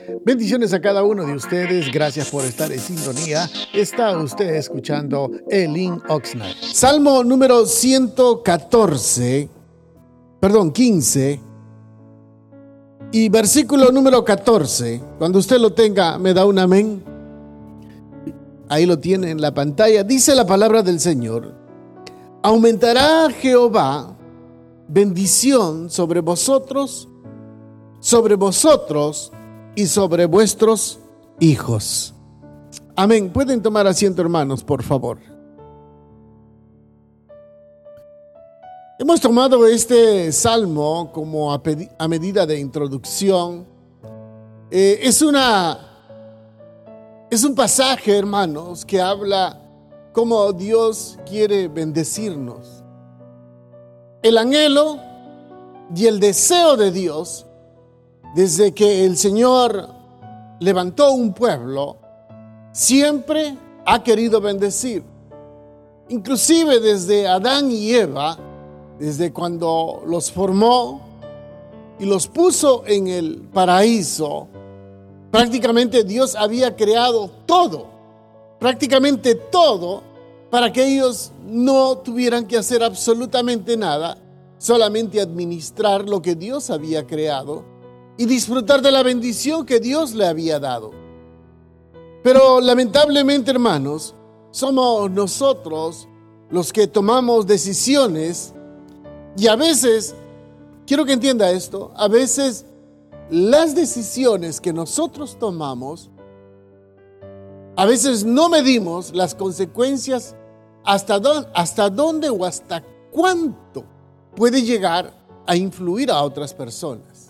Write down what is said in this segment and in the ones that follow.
Bendiciones a cada uno de ustedes. Gracias por estar en sintonía. Está usted escuchando Elin Oxnard. Salmo número 15 y versículo número 14. Cuando usted lo tenga, me da un amén. Ahí lo tiene en la pantalla. Dice la palabra del Señor: aumentará Jehová bendición sobre vosotros y sobre vuestros hijos. Amén. Pueden tomar asiento, hermanos, por favor. Hemos tomado este salmo como a medida de introducción. Es un pasaje, hermanos, que habla cómo Dios quiere bendecirnos. El anhelo y el deseo de Dios, desde que el Señor levantó un pueblo, siempre ha querido bendecir. Inclusive desde Adán y Eva, desde cuando los formó y los puso en el paraíso, prácticamente Dios había creado todo, prácticamente todo, para que ellos no tuvieran que hacer absolutamente nada, solamente administrar lo que Dios había creado y disfrutar de la bendición que Dios le había dado. Pero lamentablemente, hermanos, somos nosotros los que tomamos decisiones y a veces, quiero que entienda esto, a veces las decisiones que nosotros tomamos, a veces no medimos las consecuencias hasta dónde o hasta cuánto puede llegar a influir a otras personas.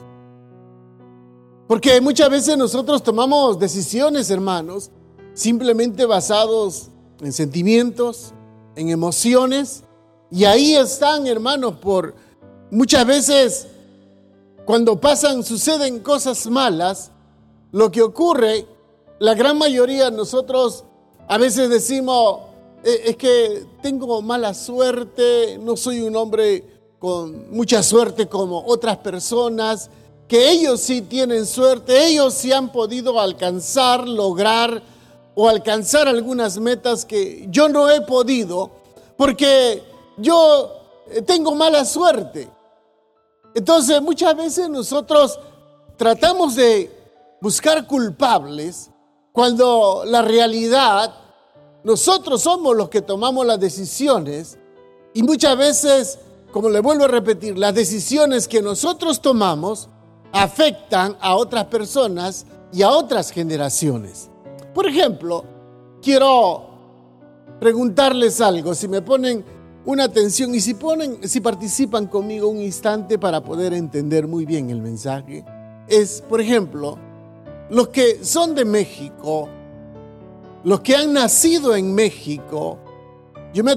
Porque muchas veces nosotros tomamos decisiones, hermanos, simplemente basados en sentimientos, en emociones, y ahí están, hermanos, por muchas veces cuando suceden cosas malas, lo que ocurre, la gran mayoría de nosotros a veces decimos, es que tengo mala suerte, no soy un hombre con mucha suerte como otras personas, que ellos sí tienen suerte, ellos sí han podido lograr o alcanzar algunas metas que yo no he podido, porque yo tengo mala suerte. Entonces muchas veces nosotros tratamos de buscar culpables cuando la realidad, nosotros somos los que tomamos las decisiones y muchas veces, como le vuelvo a repetir, las decisiones que nosotros tomamos afectan a otras personas y a otras generaciones. Por ejemplo, quiero preguntarles algo, si me ponen una atención y si participan conmigo un instante para poder entender muy bien el mensaje, es, por ejemplo, los que son de México, los que han nacido en México, yo me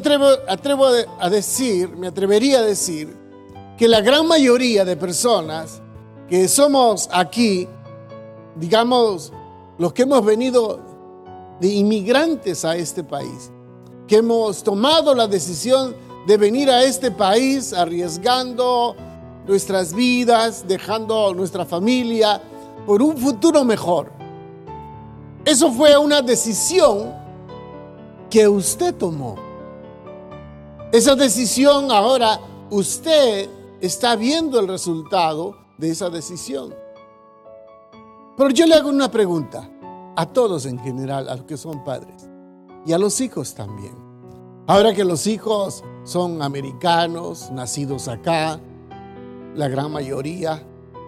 atrevería a decir que la gran mayoría de personas que somos aquí, digamos, los que hemos venido de inmigrantes a este país, que hemos tomado la decisión de venir a este país arriesgando nuestras vidas, dejando nuestra familia por un futuro mejor. Eso fue una decisión que usted tomó. Esa decisión ahora usted está viendo el resultado de esa decisión. Pero yo le hago una pregunta a todos en general, a los que son padres y a los hijos también. Ahora que los hijos son americanos, nacidos acá, la gran mayoría,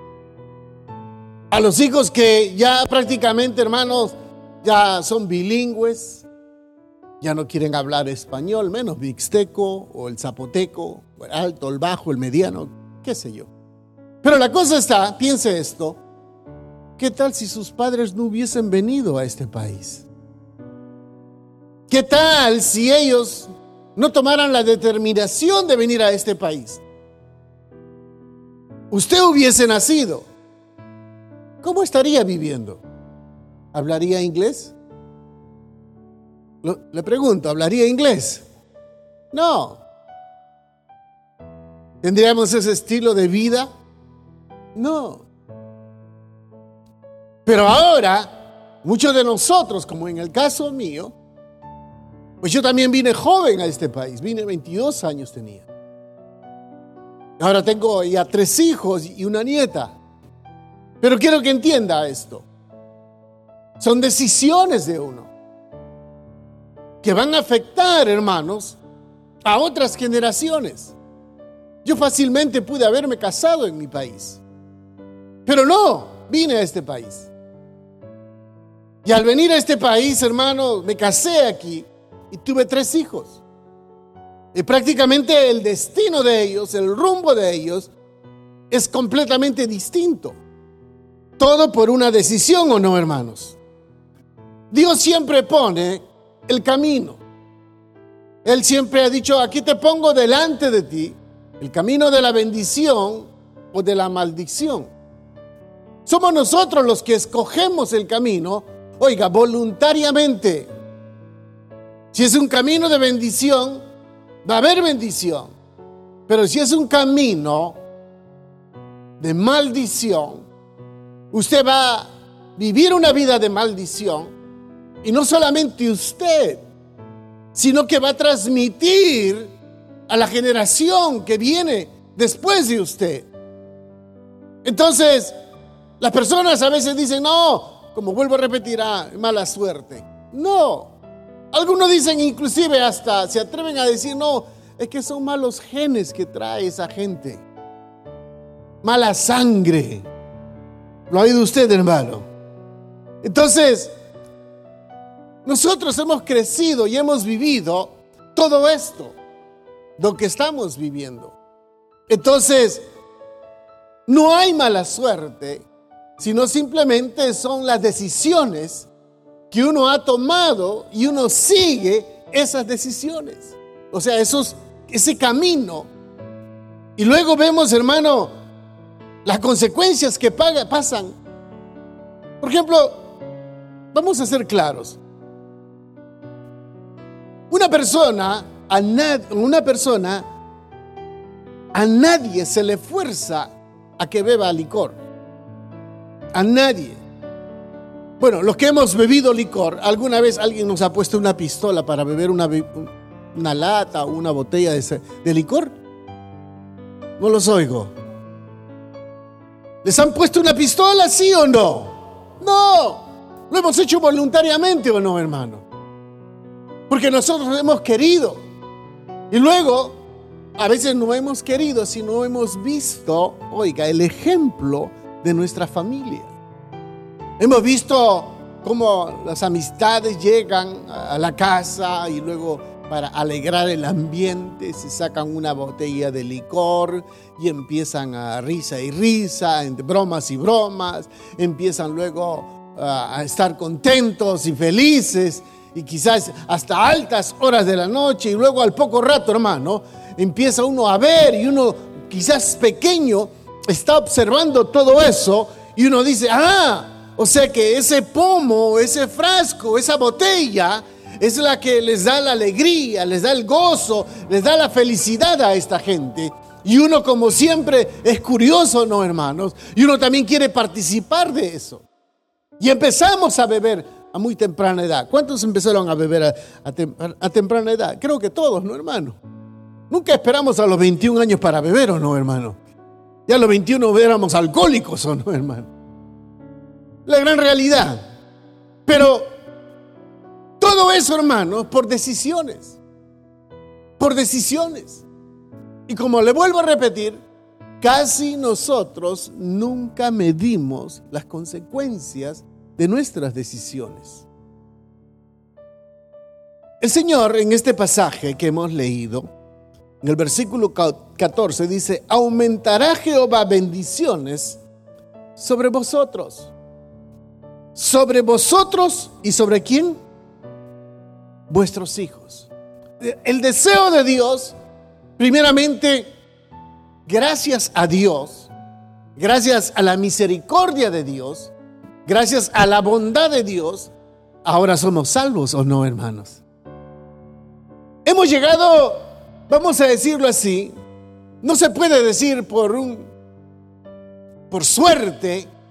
a los hijos que ya prácticamente, hermanos, ya son bilingües, ya no quieren hablar español, menos mixteco o el zapoteco, o el alto, el bajo, el mediano, qué sé yo. Pero la cosa está, piense esto, ¿qué tal si sus padres no hubiesen venido a este país? ¿Qué tal si ellos no tomaran la determinación de venir a este país? Usted hubiese nacido, ¿cómo estaría viviendo? ¿Hablaría inglés? Le pregunto, ¿hablaría inglés? No. ¿Tendríamos ese estilo de vida? No. Pero ahora, muchos de nosotros, como en el caso mío, pues yo también vine joven a este país, vine 22 años tenía. Ahora tengo ya 3 hijos y una nieta. Pero quiero que entienda esto. Son decisiones de uno que van a afectar, hermanos, a otras generaciones. Yo fácilmente pude haberme casado en mi país, pero no, vine a este país. Y al venir a este país, hermano, me casé aquí y tuve 3 hijos. Y prácticamente el destino de ellos, el rumbo de ellos, es completamente distinto. Todo por una decisión, ¿o no, hermanos? Dios siempre pone el camino. Él siempre ha dicho, aquí te pongo delante de ti el camino de la bendición o de la maldición. Somos nosotros los que escogemos el camino, oiga, voluntariamente. Si es un camino de bendición, va a haber bendición. Pero si es un camino de maldición, usted va a vivir una vida de maldición. Y no solamente usted, sino que va a transmitir a la generación que viene después de usted. Entonces, las personas a veces dicen, no, como vuelvo a repetir, mala suerte. No, algunos dicen, inclusive hasta se atreven a decir, no, es que son malos genes que trae esa gente. Mala sangre. ¿Lo ha oído usted, hermano? Entonces, nosotros hemos crecido y hemos vivido todo esto, lo que estamos viviendo. Entonces, no hay mala suerte, sino simplemente son las decisiones que uno ha tomado y uno sigue esas decisiones. O sea, ese camino. Y luego vemos, hermano, las consecuencias que pasan. Por ejemplo, vamos a ser claros. Una persona, a nadie se le fuerza a que beba licor. A nadie. Bueno, los que hemos bebido licor, ¿alguna vez alguien nos ha puesto una pistola para beber una lata o una botella de licor? No los oigo. ¿Les han puesto una pistola, sí o no? No. ¿Lo hemos hecho voluntariamente o no, hermano? Porque nosotros hemos querido. Y luego, a veces no hemos querido, sino hemos visto, oiga, el ejemplo de nuestra familia. Hemos visto cómo las amistades llegan a la casa y luego, para alegrar el ambiente, se sacan una botella de licor y empiezan a risa y risa, entre bromas y bromas. Empiezan luego a estar contentos y felices, y quizás hasta altas horas de la noche, y luego al poco rato, hermano, empieza uno a ver, y uno quizás pequeño está observando todo eso, y uno dice, o sea que ese pomo, ese frasco, esa botella es la que les da la alegría, les da el gozo, les da la felicidad a esta gente. Y uno, como siempre, es curioso, ¿no, hermanos? Y uno también quiere participar de eso. Y empezamos a beber a muy temprana edad. ¿Cuántos empezaron a beber a temprana edad? Creo que todos, ¿no, hermano? Nunca esperamos a los 21 años para beber, ¿o no, hermano? Ya a los 21 éramos alcohólicos, ¿o no, hermano? La gran realidad. Pero todo eso, hermano, por decisiones. Por decisiones. Y como le vuelvo a repetir, casi nosotros nunca medimos las consecuencias de nuestras decisiones. El Señor, en este pasaje que hemos leído, en el versículo 14 dice, aumentará Jehová bendiciones sobre vosotros. ¿Sobre vosotros y sobre quién? Vuestros hijos. El deseo de Dios, primeramente, gracias a Dios, gracias a la misericordia de Dios, gracias a la bondad de Dios, ahora somos salvos, ¿o no, hermanos? Hemos llegado, vamos a decirlo así, no se puede decir por suerte,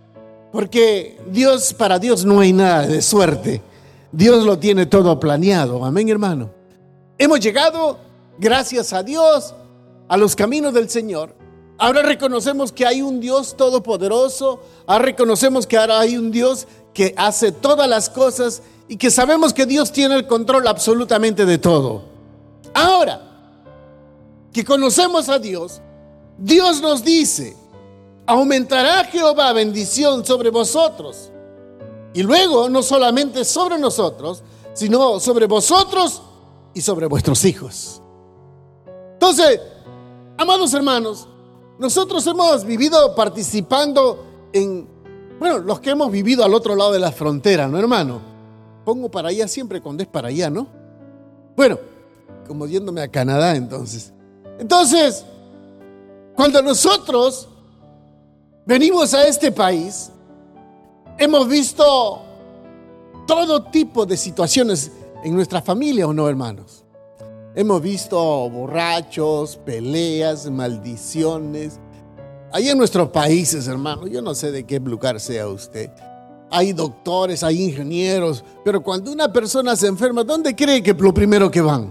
Porque para Dios no hay nada de suerte. Dios lo tiene todo planeado. Amén, hermano. Hemos llegado, gracias a Dios, a los caminos del Señor. Ahora reconocemos que hay un Dios todopoderoso. Ahora reconocemos que ahora hay un Dios que hace todas las cosas y que sabemos que Dios tiene el control absolutamente de todo. Ahora que conocemos a Dios, Dios nos dice: aumentará Jehová bendición sobre vosotros. Y luego, no solamente sobre nosotros, sino sobre vosotros y sobre vuestros hijos. Entonces, amados hermanos, nosotros hemos vivido participando los que hemos vivido al otro lado de la frontera, ¿no, hermano? Pongo para allá siempre cuando es para allá, ¿no? Bueno, como yéndome a Canadá entonces. Entonces, cuando nosotros venimos a este país, hemos visto todo tipo de situaciones en nuestra familia, ¿o no, hermanos? Hemos visto borrachos, peleas, maldiciones. Ahí en nuestros países, hermano, yo no sé de qué lugar sea usted. Hay doctores, hay ingenieros, pero cuando una persona se enferma, ¿dónde cree que lo primero que van?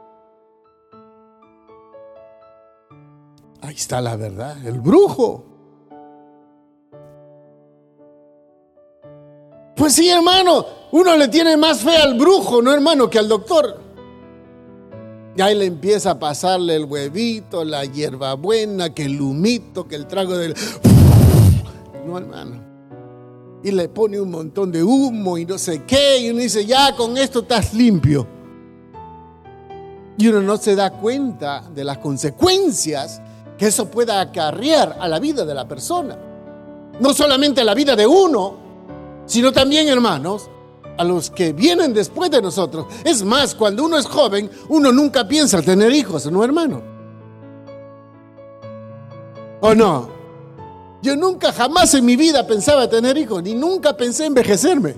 Ahí está la verdad, el brujo. Pues sí, hermano, uno le tiene más fe al brujo, ¿no, hermano?, que al doctor. Y ahí le empieza a pasarle el huevito, la hierbabuena, que el humito, que el trago del... No, hermano. Y le pone un montón de humo y no sé qué, y uno dice: ya con esto estás limpio. Y uno no se da cuenta de las consecuencias que eso pueda acarrear a la vida de la persona. No solamente a la vida de uno, sino también, hermanos, a los que vienen después de nosotros. Es más, cuando uno es joven, uno nunca piensa tener hijos, ¿no, hermano? ¿O no? Yo nunca, jamás en mi vida pensaba tener hijos, ni nunca pensé envejecerme.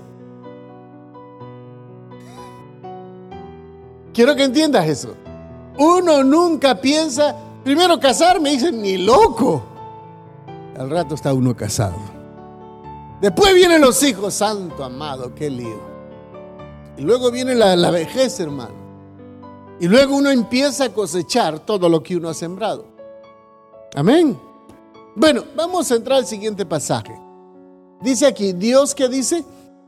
Quiero que entiendas eso. Uno nunca piensa, primero casarme, dicen, ni loco. Al rato está uno casado. Después vienen los hijos, santo amado, qué lío. Y luego viene la vejez, hermano. Y luego uno empieza a cosechar todo lo que uno ha sembrado. Amén. Bueno, vamos a entrar al siguiente pasaje. Dice aquí, Dios, ¿qué dice?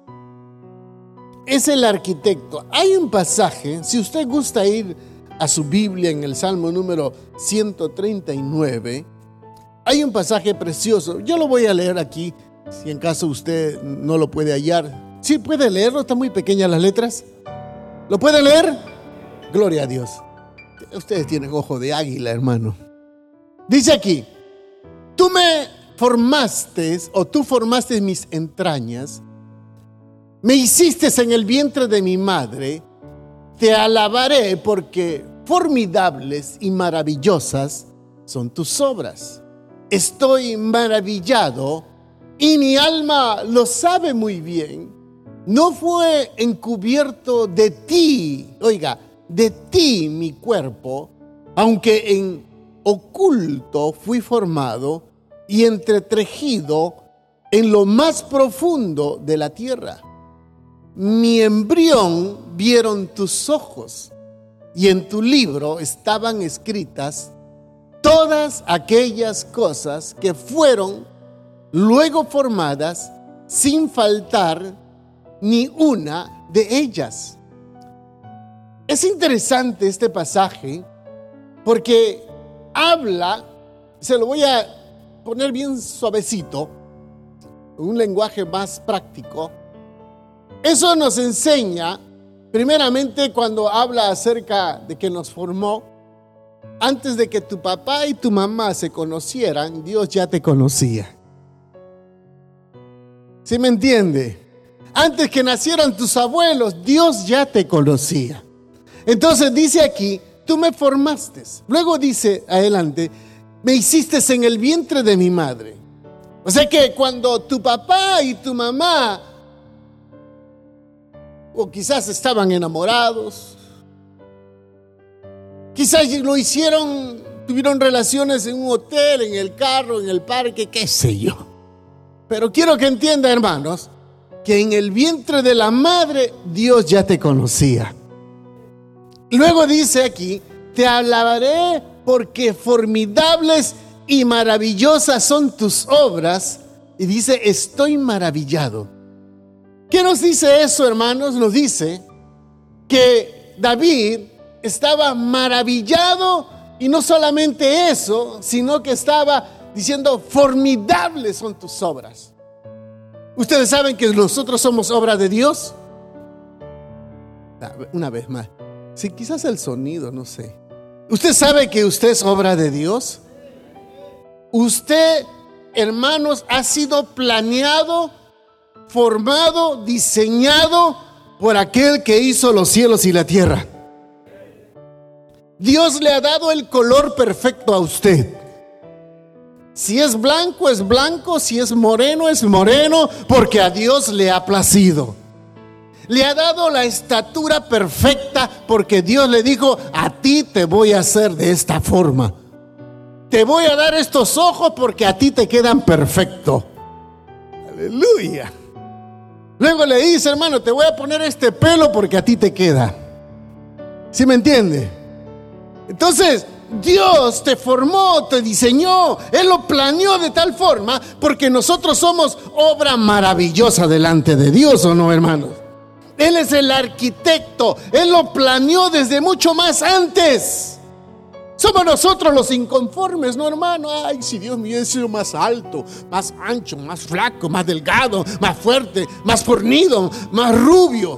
Es el arquitecto. Hay un pasaje, si usted gusta ir a su Biblia en el Salmo número 139, hay un pasaje precioso. Yo lo voy a leer aquí, si en caso usted no lo puede hallar. ¿Sí puede leerlo? Están muy pequeñas las letras. ¿Lo puede leer? Gloria a Dios. Ustedes tienen ojo de águila, hermano. Dice aquí: tú me formaste, o tú formaste mis entrañas, me hiciste en el vientre de mi madre, te alabaré porque formidables y maravillosas son tus obras. Estoy maravillado y mi alma lo sabe muy bien. No fue encubierto de ti, oiga, de ti mi cuerpo, aunque en oculto fui formado y entretejido en lo más profundo de la tierra. Mi embrión vieron tus ojos, y en tu libro estaban escritas todas aquellas cosas que fueron luego formadas, sin faltar ni una de ellas. Es interesante este pasaje porque habla, se lo voy a poner bien suavecito, un lenguaje más práctico. Eso nos enseña, primeramente, cuando habla acerca de que nos formó. Antes de que tu papá y tu mamá se conocieran, Dios ya te conocía. ¿Sí me entiende? Antes que nacieran tus abuelos, Dios ya te conocía. Entonces dice aquí, tú me formaste. Luego dice adelante, me hiciste en el vientre de mi madre. O sea que cuando tu papá y tu mamá, o quizás estaban enamorados, quizás lo hicieron, tuvieron relaciones en un hotel, en el carro, en el parque, qué sé yo. Pero quiero que entienda, hermanos, que en el vientre de la madre Dios ya te conocía. Luego dice aquí: te alabaré porque formidables y maravillosas son tus obras. Y dice: estoy maravillado. ¿Qué nos dice eso, hermanos? Nos dice que David estaba maravillado, y no solamente eso, sino que estaba diciendo: formidables son tus obras. Ustedes saben que nosotros somos obra de Dios. Una vez más, sí, quizás el sonido, no sé. ¿Usted sabe que usted es obra de Dios? Usted, hermanos, ha sido planeado, formado, diseñado por aquel que hizo los cielos y la tierra. Dios le ha dado el color perfecto a usted. Si es blanco, si es moreno, porque a Dios le ha placido. Le ha dado la estatura perfecta, porque Dios le dijo: a ti te voy a hacer de esta forma. Te voy a dar estos ojos porque a ti te quedan perfectos. Aleluya. Luego le dice: hermano, te voy a poner este pelo porque a ti te queda. ¿Sí me entiende? Entonces, Dios te formó, te diseñó, Él lo planeó de tal forma, porque nosotros somos obra maravillosa delante de Dios, ¿o no, hermanos? Él es el arquitecto, Él lo planeó desde mucho más antes. Somos nosotros los inconformes, ¿no, hermano? Ay, si Dios me hubiese sido más alto, más ancho, más flaco, más delgado, más fuerte, más fornido, más rubio.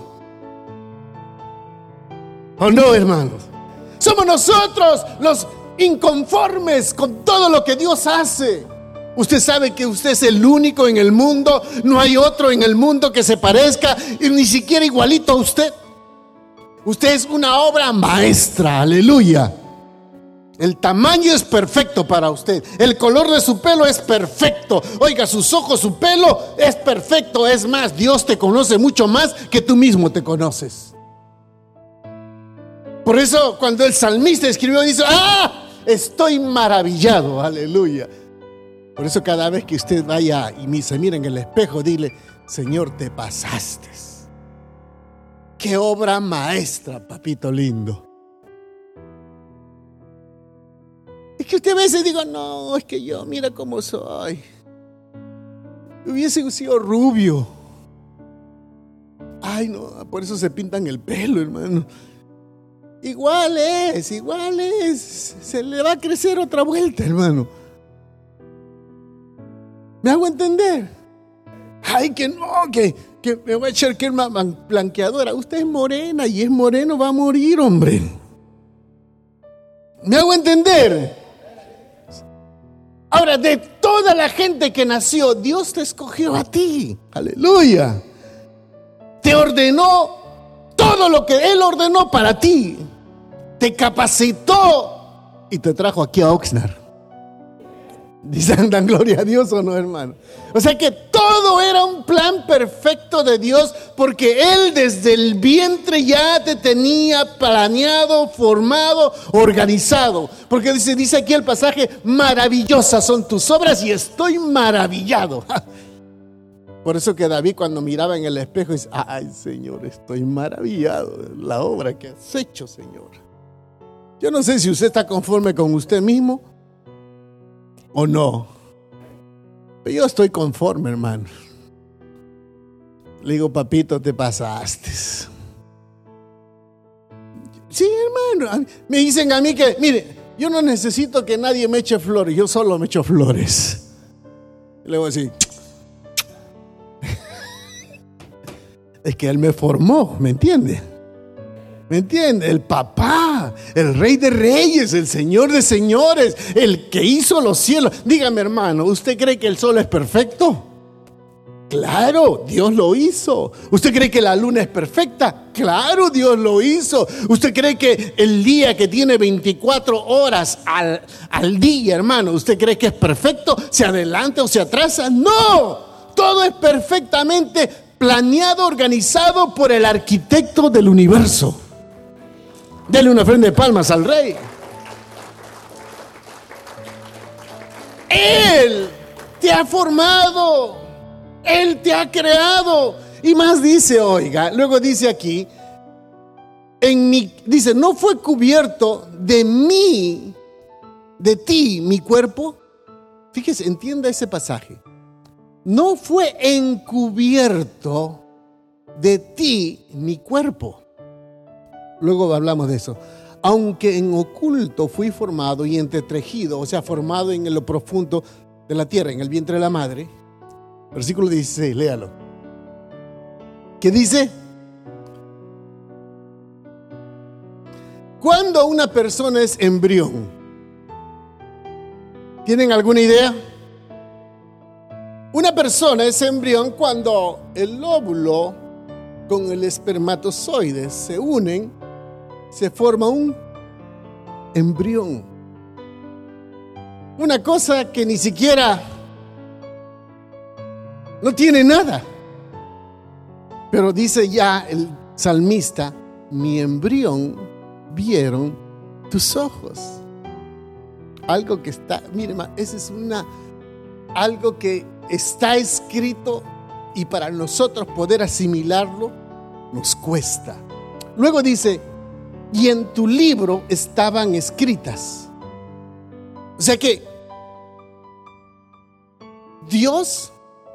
¿O no, hermanos? Somos nosotros los inconformes con todo lo que Dios hace. Usted sabe que usted es el único en el mundo. No hay otro en el mundo que se parezca, y ni siquiera igualito a usted. Usted es una obra maestra, aleluya. El tamaño es perfecto para usted. El color de su pelo es perfecto. Oiga, sus ojos, su pelo es perfecto. Es más, Dios te conoce mucho más que tú mismo te conoces. Por eso cuando el salmista escribió, dice: estoy maravillado, aleluya. Por eso cada vez que usted vaya y se mire en el espejo, dile: Señor, te pasaste. Qué obra maestra, papito lindo. Es que usted a veces diga: no, es que yo, mira cómo soy. Hubiese sido rubio. Ay, no, por eso se pintan el pelo, hermano. Igual es. Se le va a crecer otra vuelta, hermano. ¿Me hago entender? Ay, que no, que me voy a echar crema blanqueadora. Usted es morena y es moreno, va a morir, hombre. ¿Me hago entender? Ahora, de toda la gente que nació, Dios te escogió a ti. Aleluya. Te ordenó todo lo que Él ordenó para ti. Te capacitó y te trajo aquí a Oxnard. Dicen: dan gloria a Dios, ¿o no, hermano? O sea que todo era un plan perfecto de Dios, porque Él desde el vientre ya te tenía planeado, formado, organizado. Porque dice aquí el pasaje: maravillosas son tus obras y estoy maravillado. Por eso que David, cuando miraba en el espejo, dice: ay, Señor, estoy maravillado de la obra que has hecho, Señor. Yo no sé si usted está conforme con usted mismo o no, pero yo estoy conforme, hermano. Le digo: papito, te pasaste. Sí, hermano. Me dicen a mí que, mire, yo no necesito que nadie me eche flores, yo solo me echo flores. Le voy a decir: es que Él me formó, ¿me entiende? ¿Me entiende? El papá, el Rey de Reyes, el Señor de Señores, el que hizo los cielos. Dígame, hermano, ¿usted cree que el sol es perfecto? Claro, Dios lo hizo. ¿Usted cree que la luna es perfecta? Claro, Dios lo hizo. ¿Usted cree que el día, que tiene 24 horas al día, hermano, usted cree que es perfecto? ¿Se adelanta o se atrasa? No, todo es perfectamente planeado, organizado por el arquitecto del universo. Dele una ofrenda de palmas al Rey. Él te ha formado. Él te ha creado. Y más dice, oiga, luego dice aquí, dice, ¿no fue cubierto de mí, de ti, mi cuerpo? Fíjese, entienda ese pasaje. No fue encubierto de ti mi cuerpo. Luego hablamos de eso. Aunque en oculto fui formado y entretejido, o sea, formado en lo profundo de la tierra, en el vientre de la madre. Versículo 16, léalo. ¿Qué dice? Cuando una persona es embrión, ¿tienen alguna idea? Una persona es embrión cuando el óvulo con el espermatozoide se unen, se forma un embrión. Una cosa que ni siquiera no tiene nada. Pero dice ya el salmista, mi embrión vieron tus ojos. Algo que está, mire, ese es algo que está escrito y para nosotros poder asimilarlo nos cuesta. Luego dice, y en tu libro estaban escritas. O sea que Dios,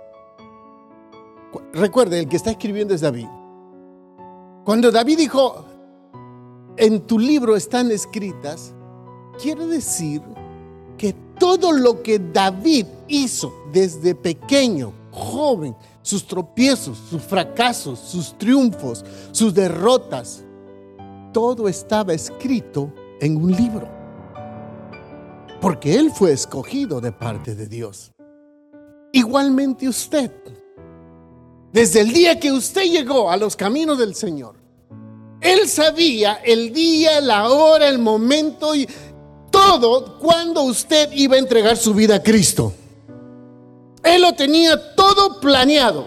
recuerde, el que está escribiendo es David. Cuando David dijo, en tu libro están escritas, quiere decir que todo lo que David hizo desde pequeño, joven, sus tropiezos, sus fracasos, sus triunfos, sus derrotas, todo estaba escrito en un libro. Porque él fue escogido de parte de Dios. Igualmente usted, desde el día que usted llegó a los caminos del Señor, Él sabía el día, la hora, el momento y todo cuando usted iba a entregar su vida a Cristo. Él lo tenía todo planeado.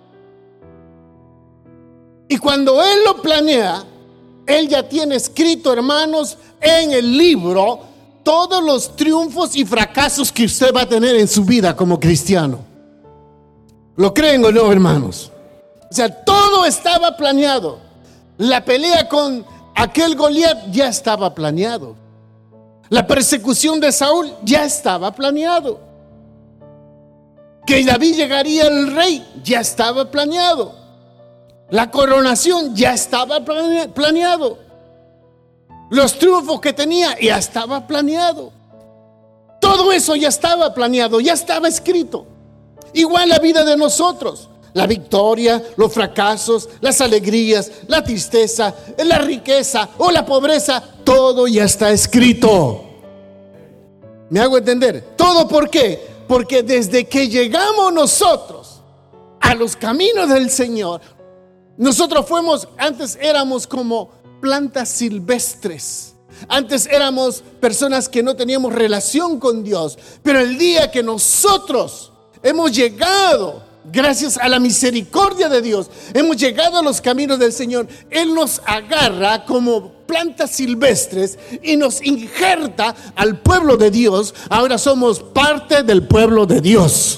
Y cuando Él lo planea, Él ya tiene escrito, hermanos, en el libro todos los triunfos y fracasos que usted va a tener en su vida como cristiano. ¿Lo creen o no, hermanos? O sea, todo estaba planeado. La pelea con aquel Goliat ya estaba planeado. La persecución de Saúl ya estaba planeado. Que David llegaría al rey ya estaba planeado. La coronación ya estaba planeado. Los triunfos que tenía ya estaba planeado. Todo eso ya estaba planeado, ya estaba escrito. Igual la vida de nosotros. La victoria, los fracasos, las alegrías, la tristeza, la riqueza o la pobreza, todo ya está escrito. ¿Me hago entender? ¿Todo por qué? Porque desde que llegamos nosotros a los caminos del Señor, nosotros antes éramos como plantas silvestres. Antes éramos personas que no teníamos relación con Dios. Pero el día que nosotros hemos llegado, gracias a la misericordia de Dios, hemos llegado a los caminos del Señor, Él nos agarra como plantas silvestres y nos injerta al pueblo de Dios. Ahora somos parte del pueblo de Dios.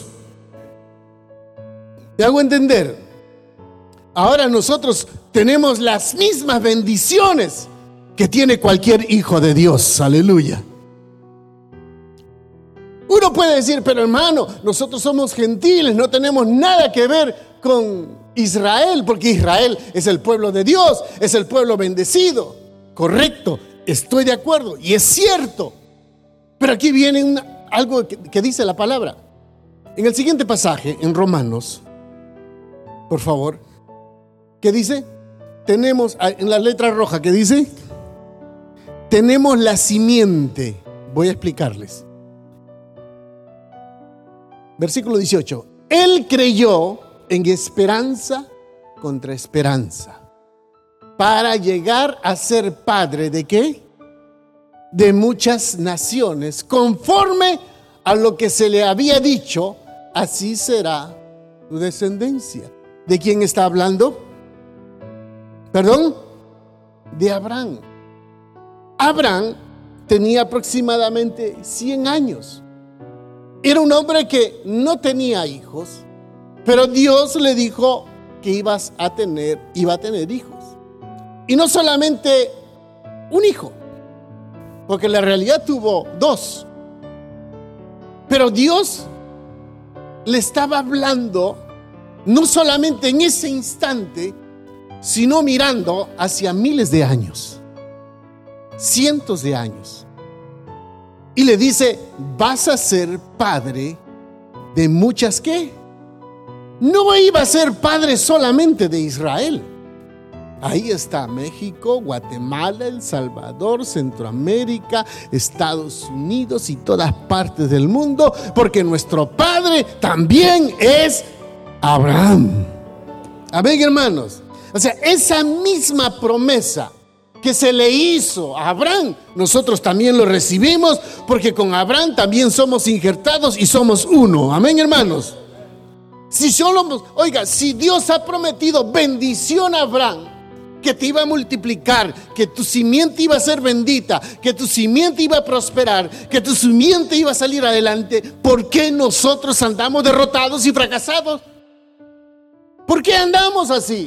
¿Te hago entender? Ahora nosotros tenemos las mismas bendiciones que tiene cualquier hijo de Dios. Aleluya. Uno puede decir, pero hermano, nosotros somos gentiles, no tenemos nada que ver con Israel, porque Israel es el pueblo de Dios, es el pueblo bendecido. Correcto, estoy de acuerdo y es cierto. Pero aquí viene algo que dice la palabra. En el siguiente pasaje, en Romanos, por favor, ¿qué dice? Tenemos, en la letra roja, ¿qué dice? Tenemos la simiente. Voy a explicarles. Versículo 18. Él creyó en esperanza contra esperanza, para llegar a ser padre ¿de qué? De muchas naciones, conforme a lo que se le había dicho, así será tu descendencia. ¿De quién está hablando? ¿Perdón? De Abraham. Abraham tenía aproximadamente 100 años. Era un hombre que no tenía hijos, Pero Dios le dijo que iba a tener hijos. Y no solamente un hijo, porque en la realidad tuvo 2. Pero Dios le estaba hablando no solamente en ese instante, sino mirando hacia miles de años, cientos de años. Y le dice: vas a ser padre de muchas, ¿qué? No iba a ser padre solamente de Israel. Ahí está México, Guatemala, El Salvador, Centroamérica, Estados Unidos y todas partes del mundo, porque nuestro padre también es Abraham. Amén, hermanos. O sea, esa misma promesa que se le hizo a Abraham, nosotros también lo recibimos, porque con Abraham también somos injertados y somos uno. Amén, hermanos. Si Dios ha prometido bendición a Abraham, que te iba a multiplicar, que tu simiente iba a ser bendita, que tu simiente iba a prosperar, que tu simiente iba a salir adelante, ¿por qué nosotros andamos derrotados y fracasados? ¿Por qué andamos así?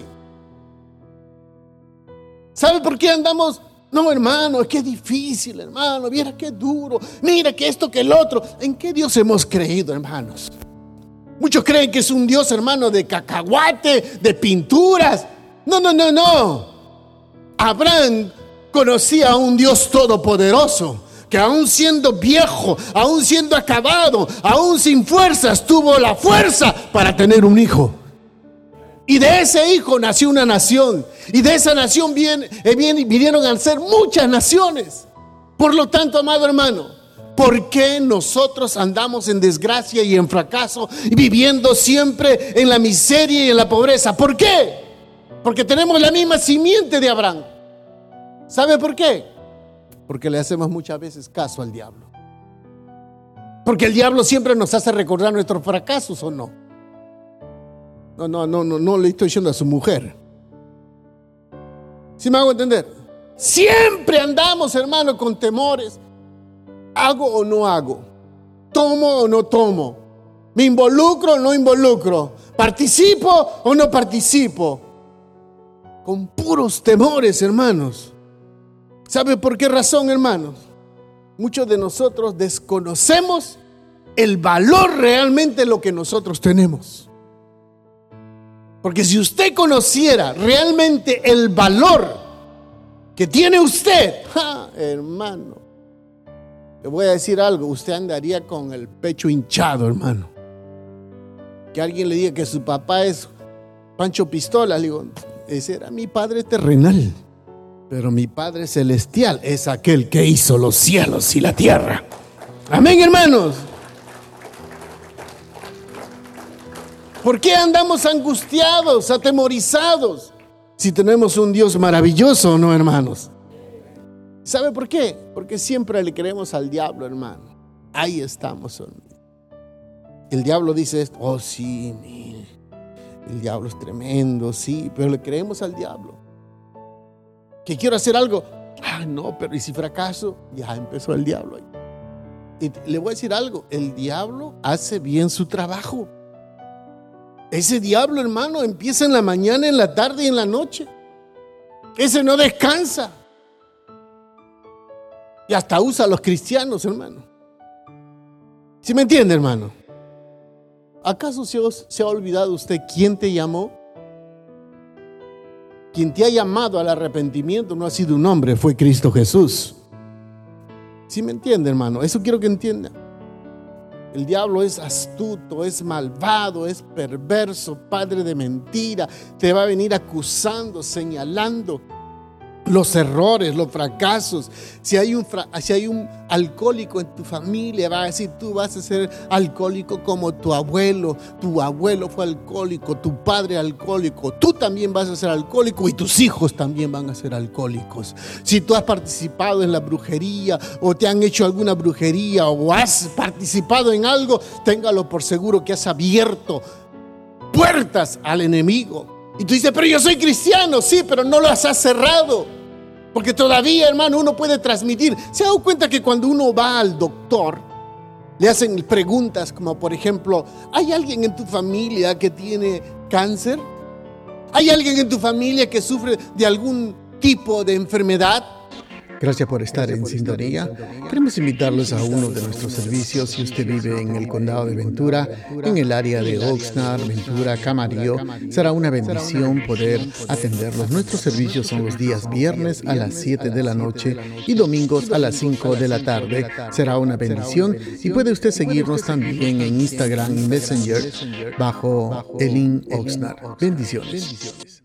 ¿Sabe por qué andamos? No, hermano, es que es difícil, hermano. Mira qué duro. Mira que esto, que el otro. ¿En qué Dios hemos creído, hermanos? Muchos creen que es un Dios, hermano, de cacahuate, de pinturas. No. Abraham conocía a un Dios todopoderoso, que aún siendo viejo, aún siendo acabado, aún sin fuerzas, tuvo la fuerza para tener un hijo. Y de ese hijo nació una nación. Y de esa nación vinieron a ser muchas naciones. Por lo tanto, amado hermano, ¿por qué nosotros andamos en desgracia y en fracaso y viviendo siempre en la miseria y en la pobreza? ¿Por qué? Porque tenemos la misma simiente de Abraham. ¿Sabe por qué? Porque le hacemos muchas veces caso al diablo. Porque el diablo siempre nos hace recordar nuestros fracasos, ¿o no? No le estoy diciendo a su mujer. ¿Sí me hago entender? Siempre andamos, hermano, con temores. ¿Hago o no hago? ¿Tomo o no tomo? ¿Me involucro o no involucro? ¿Participo o no participo? Con puros temores, hermanos. ¿Sabe por qué razón, hermanos? Muchos de nosotros desconocemos el valor realmente de lo que nosotros tenemos. Porque si usted conociera realmente el valor que tiene usted, hermano, le voy a decir algo: usted andaría con el pecho hinchado, hermano. Que alguien le diga que su papá es Pancho Pistola, le digo, ese era mi padre terrenal, pero mi Padre celestial es aquel que hizo los cielos y la tierra. Amén, hermanos. ¿Por qué andamos angustiados, atemorizados, si tenemos un Dios maravilloso, no, hermanos? ¿Sabe por qué? Porque siempre le creemos al diablo, hermano. Ahí estamos. El diablo dice esto: oh sí, mire, el diablo es tremendo, sí, pero le creemos al diablo. Que quiero hacer algo, no, pero ¿y si fracaso? Ya empezó el diablo ahí. Y le voy a decir algo: el diablo hace bien su trabajo. Ese diablo, hermano, empieza en la mañana, en la tarde y en la noche. Ese no descansa. Y hasta usa a los cristianos, hermano. ¿Sí me entiende, hermano? ¿Acaso se ha olvidado usted quién te llamó? Quien te ha llamado al arrepentimiento no ha sido un hombre, fue Cristo Jesús. ¿Sí me entiende, hermano? Eso quiero que entienda. El diablo es astuto, es malvado, es perverso, padre de mentira. Te va a venir acusando, señalando los errores, los fracasos. Si hay un alcohólico en tu familia, va a decir: tú vas a ser alcohólico como tu abuelo fue alcohólico, tu padre alcohólico, tú también vas a ser alcohólico y tus hijos también van a ser alcohólicos. Si tú has participado en la brujería o te han hecho alguna brujería o has participado en algo, téngalo por seguro que has abierto puertas al enemigo. Y tú dices: pero yo soy cristiano. Sí, pero no las has cerrado. Porque todavía, hermano, uno puede transmitir. ¿Se ha dado cuenta que cuando uno va al doctor, Le hacen preguntas como, por ejemplo, ¿hay alguien en tu familia que tiene cáncer? ¿Hay alguien en tu familia que sufre de algún tipo de enfermedad? Gracias por estar en sintonía. Queremos invitarlos a uno de nuestros servicios si usted vive en el condado de Ventura, en el área de Oxnard, Ventura, Camarillo. Será una bendición poder atenderlos. Nuestros servicios son los días viernes a las 7 de la noche y domingos a las 5 de la tarde. Será una bendición y puede usted seguirnos también en Instagram y Messenger bajo Elin Oxnard. Bendiciones.